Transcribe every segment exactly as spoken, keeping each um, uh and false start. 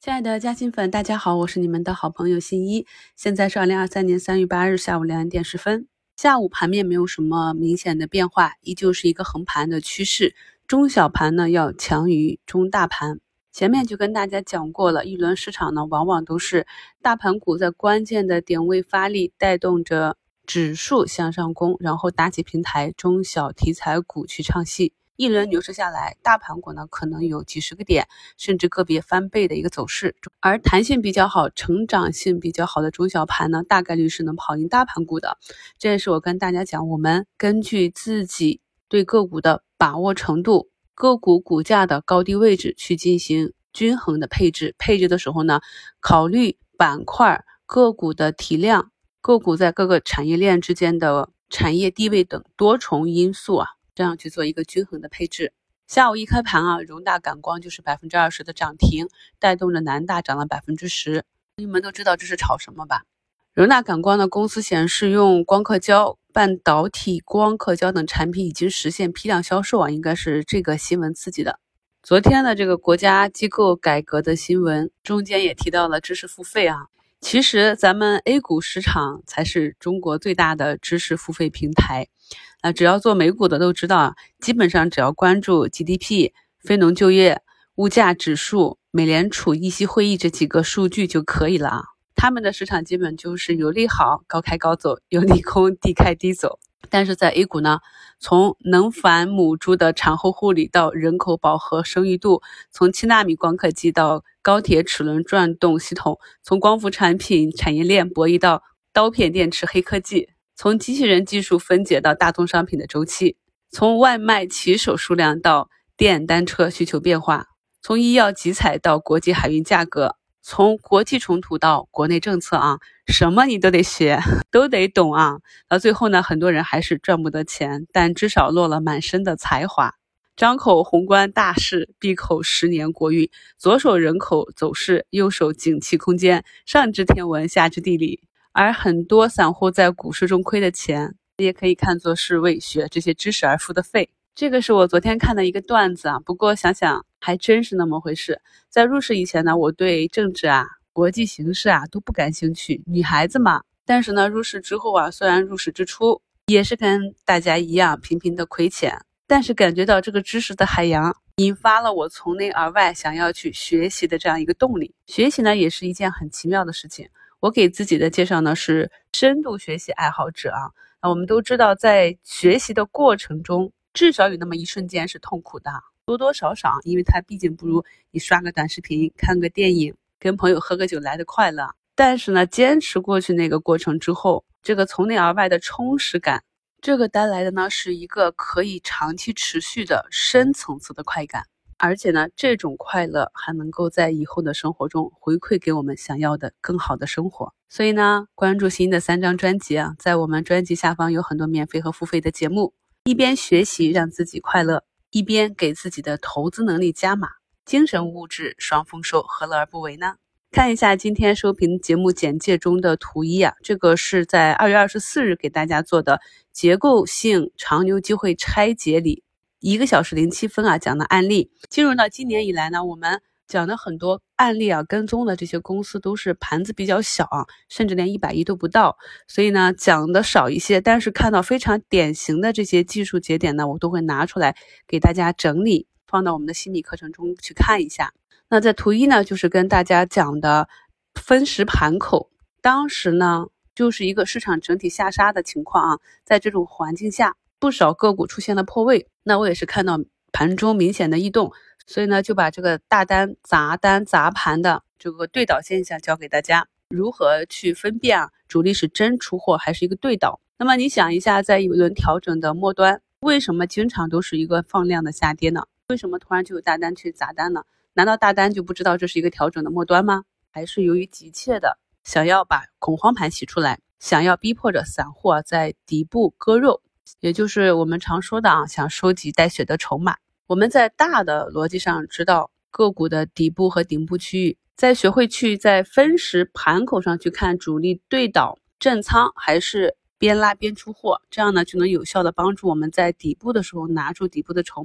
亲爱的嘉兴粉，大家好，我是你们的好朋友新一。现在是二零二三年三月八日下午两点十分。下午盘面没有什么明显的变化，依旧是一个横盘的趋势。中小盘呢要强于中大盘。前面就跟大家讲过了，一轮市场呢往往都是大盘股在关键的点位发力，带动着指数向上攻，然后打起平台，中小题材股去唱戏。一轮牛市下来，大盘股呢可能有几十个点，甚至个别翻倍的一个走势，而弹性比较好、成长性比较好的中小盘呢，大概率是能跑赢大盘股的。这也是我跟大家讲，我们根据自己对个股的把握程度、个股股价的高低位置去进行均衡的配置。配置的时候呢，考虑板块、个股的体量、个股在各个产业链之间的产业地位等多重因素啊。这样去做一个均衡的配置。下午一开盘啊，荣大感光就是百分之二十的涨停，带动着南大涨了百分之十。你们都知道这是炒什么吧？荣大感光的公司显示，用光刻胶、半导体光刻胶等产品已经实现批量销售啊，应该是这个新闻刺激的。昨天的这个国家机构改革的新闻中间也提到了知识付费啊。其实咱们 A 股市场才是中国最大的知识付费平台。啊，只要做美股的都知道啊，基本上只要关注 G D P、非农就业、物价指数、美联储议息会议这几个数据就可以了啊。他们的市场基本就是有利好高开高走，有利空低开低走。但是在 A 股呢，从能繁母猪的产后护理到人口饱和生育度，从七纳米光刻机到高铁齿轮转动系统，从光伏产品产业链博弈到刀片电池黑科技，从机器人技术分解到大宗商品的周期，从外卖骑手数量到电单车需求变化，从医药集采到国际海运价格，从国际冲突到国内政策啊，什么你都得学，都得懂啊。到最后呢，很多人还是赚不得钱，但至少落了满身的才华。张口宏观大事，闭口十年国运，左手人口走势，右手景气空间，上知天文，下知地理。而很多散户在股市中亏的钱，也可以看作是为学这些知识而付的费。这个是我昨天看的一个段子啊，不过想想还真是那么回事。在入市以前呢，我对政治啊、国际形势啊都不感兴趣，女孩子嘛。但是呢，入市之后啊，虽然入市之初也是跟大家一样频频的亏钱，但是感觉到这个知识的海洋引发了我从内而外想要去学习的这样一个动力。学习呢，也是一件很奇妙的事情。我给自己的介绍呢是深度学习爱好者啊。那我们都知道，在学习的过程中，至少有那么一瞬间是痛苦的，多多少少，因为它毕竟不如你刷个短视频、看个电影、跟朋友喝个酒来的快乐。但是呢，坚持过去那个过程之后，这个从内而外的充实感，这个带来的呢是一个可以长期持续的深层次的快感。而且呢，这种快乐还能够在以后的生活中回馈给我们想要的更好的生活。所以呢，关注新的三张专辑啊，在我们专辑下方有很多免费和付费的节目，一边学习让自己快乐，一边给自己的投资能力加码，精神物质双丰收，何乐而不为呢？看一下今天收评节目简介中的图一啊，这个是在二月二十四日给大家做的结构性长牛机会拆解里一个小时零七分啊讲的案例。进入到今年以来呢，我们讲的很多案例啊，跟踪的这些公司都是盘子比较小啊，甚至连一百亿都不到，所以呢讲的少一些，但是看到非常典型的这些技术节点呢，我都会拿出来给大家整理，放到我们的心理课程中去看一下。那在图一呢，就是跟大家讲的分时盘口，当时呢就是一个市场整体下杀的情况啊，在这种环境下，不少个股出现了破位，那我也是看到盘中明显的异动，所以呢就把这个大单砸单砸盘的这个对倒现象教给大家，如何去分辨啊主力是真出货还是一个对倒。那么你想一下，在一轮调整的末端，为什么经常都是一个放量的下跌呢？为什么突然就有大单去砸单呢？难道大单就不知道这是一个调整的末端吗？还是由于急切的想要把恐慌盘洗出来，想要逼迫着散户啊在底部割肉，也就是我们常说的啊，想收集带血的筹码。我们在大的逻辑上知道个股的底部和顶部区域，再学会去在分时盘口上去看主力对倒震仓还是边拉边出货，这样呢就能有效的帮助我们在底部的时候拿住底部的筹码。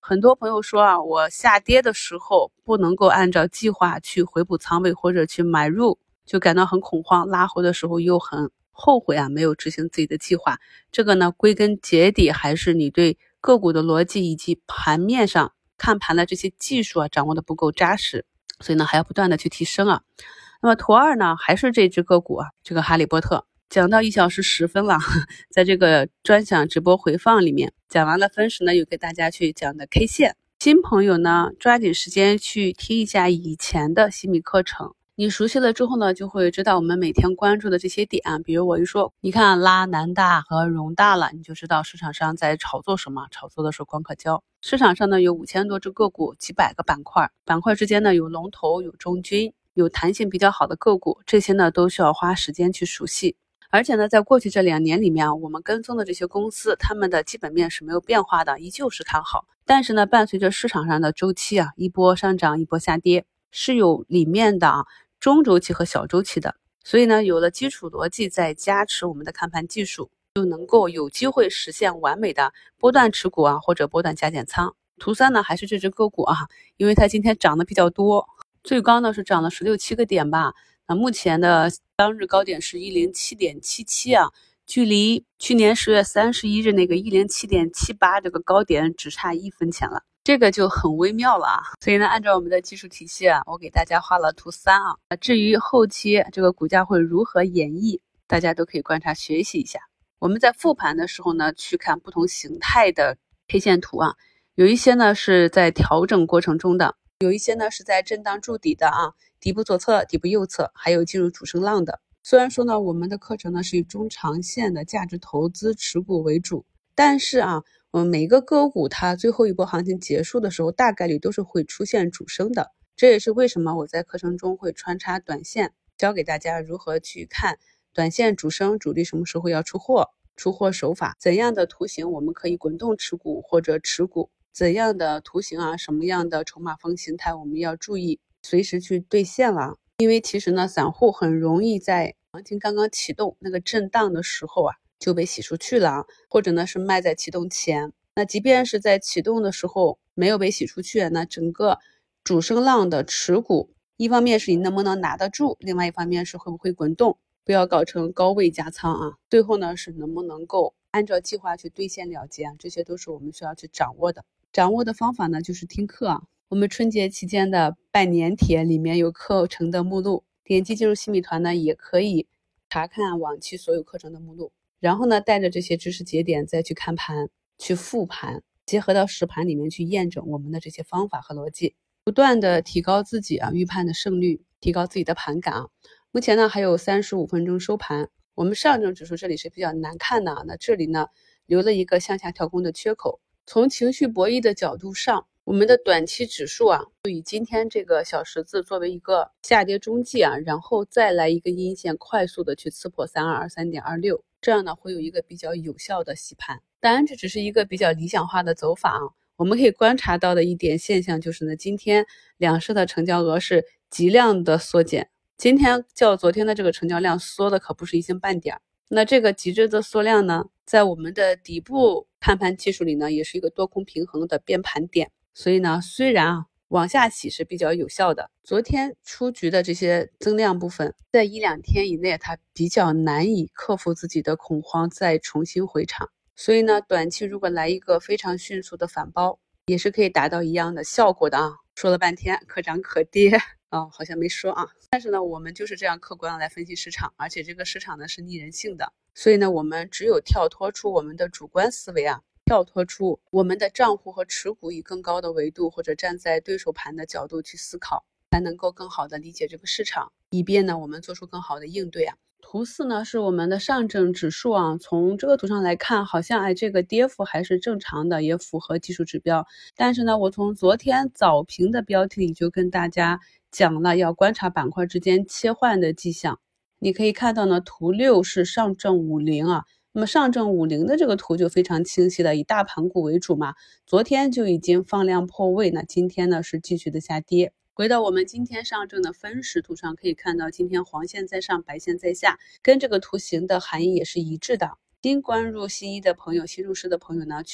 很多朋友说啊，我下跌的时候不能够按照计划去回补仓位或者去买入，就感到很恐慌，拉回的时候又很后悔啊，没有执行自己的计划。这个呢，归根结底还是你对个股的逻辑以及盘面上看盘的这些技术啊掌握的不够扎实，所以呢还要不断的去提升啊。那么图二呢，还是这只个股啊，这个哈利波特。讲到一小时十分了，在这个专享直播回放里面讲完了分时呢，又给大家去讲的 K 线。新朋友呢，抓紧时间去听一下以前的西米课程，你熟悉了之后呢，就会知道我们每天关注的这些点。比如我一说，你看拉南大和荣大了，你就知道市场上在炒作什么，炒作的是光刻胶。市场上呢有五千多只个股，几百个板块，板块之间呢有龙头，有中军，有弹性比较好的个股，这些呢都需要花时间去熟悉。而且呢，在过去这两年里面啊，我们跟踪的这些公司，他们的基本面是没有变化的，依旧是看好。但是呢，伴随着市场上的周期啊，一波上涨，一波下跌，是有里面的啊中周期和小周期的。所以呢，有了基础逻辑在加持我们的看盘技术，就能够有机会实现完美的波段持股啊，或者波段加减仓。图三呢，还是这只个股啊，因为它今天涨得比较多，最高呢是涨了十六七个点吧。那目前的当日高点是一零七点七七啊，距离去年十月三十一日那个一零七点七八这个高点只差一分钱了，这个就很微妙了啊。所以呢，按照我们的技术体系啊，我给大家画了图三啊。至于后期这个股价会如何演绎，大家都可以观察学习一下。我们在复盘的时候呢，去看不同形态的 K 线图啊，有一些呢是在调整过程中的，有一些呢是在震荡筑底的啊。底部左侧、底部右侧，还有进入主升浪的。虽然说呢，我们的课程呢是以中长线的价值投资持股为主，但是啊，嗯，每个个股它最后一波行情结束的时候，大概率都是会出现主升的。这也是为什么我在课程中会穿插短线，教给大家如何去看短线主升，主力什么时候要出货，出货手法，怎样的图形我们可以滚动持股或者持股，怎样的图形啊，什么样的筹码峰形态我们要注意。随时去兑现了，因为其实呢，散户很容易在行情刚刚启动那个震荡的时候啊，就被洗出去了，或者呢是卖在启动前。那即便是在启动的时候没有被洗出去，那整个主升浪的持股，一方面是你能不能拿得住，另外一方面是会不会滚动，不要搞成高位加仓啊。最后呢是能不能够按照计划去兑现了结，这些都是我们需要去掌握的。掌握的方法呢就是听课啊。我们春节期间的拜年帖里面有课程的目录，点击进入新米团呢，也可以查看往期所有课程的目录。然后呢，带着这些知识节点再去看盘，去复盘，结合到实盘里面去验证我们的这些方法和逻辑，不断的提高自己啊预判的胜率，提高自己的盘感啊。目前呢还有三十五分钟收盘，我们上证指数这里是比较难看的，那这里呢留了一个向下跳空的缺口。从情绪博弈的角度上，我们的短期指数啊，就以今天这个小十字作为一个下跌中继啊，然后再来一个阴线，快速的去刺破三二二三点二六，这样呢会有一个比较有效的洗盘。当然，这只是一个比较理想化的走法啊。我们可以观察到的一点现象就是呢，今天两市的成交额是极量的缩减，今天较昨天的这个成交量缩的可不是一星半点。那这个极致的缩量呢，在我们的底部看盘技术里呢，也是一个多空平衡的变盘点。所以呢，虽然啊往下洗是比较有效的，昨天出局的这些增量部分，在一两天以内，它比较难以克服自己的恐慌，再重新回场。所以呢，短期如果来一个非常迅速的反包，也是可以达到一样的效果的啊。说了半天可涨可跌啊，好像没说啊。但是呢，我们就是这样客观来分析市场，而且这个市场呢是逆人性的，所以呢，我们只有跳脱出我们的主观思维啊。跳脱出我们的账户和持股，以更高的维度或者站在对手盘的角度去思考，才能够更好的理解这个市场，以便呢我们做出更好的应对啊。图四呢是我们的上证指数啊，从这个图上来看，好像哎这个跌幅还是正常的，也符合技术指标。但是呢，我从昨天早评的标题里就跟大家讲了，要观察板块之间切换的迹象。你可以看到呢，图六是上证五零啊。那么上证五零的这个图就非常清晰了，以大盘股为主嘛，昨天就已经放量破位，那今天呢是继续的下跌。回到我们今天上证的分时图上，可以看到今天黄线在上，白线在下，跟这个图形的含义也是一致的。新关入新一的朋友，新入市的朋友呢，去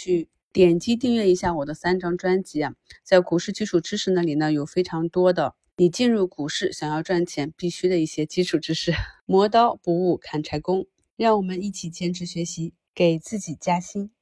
点击订阅一下我的三张专辑啊，在股市基础知识那里呢，有非常多的你进入股市想要赚钱必须的一些基础知识。磨刀不误砍柴工，让我们一起坚持学习，给自己加薪。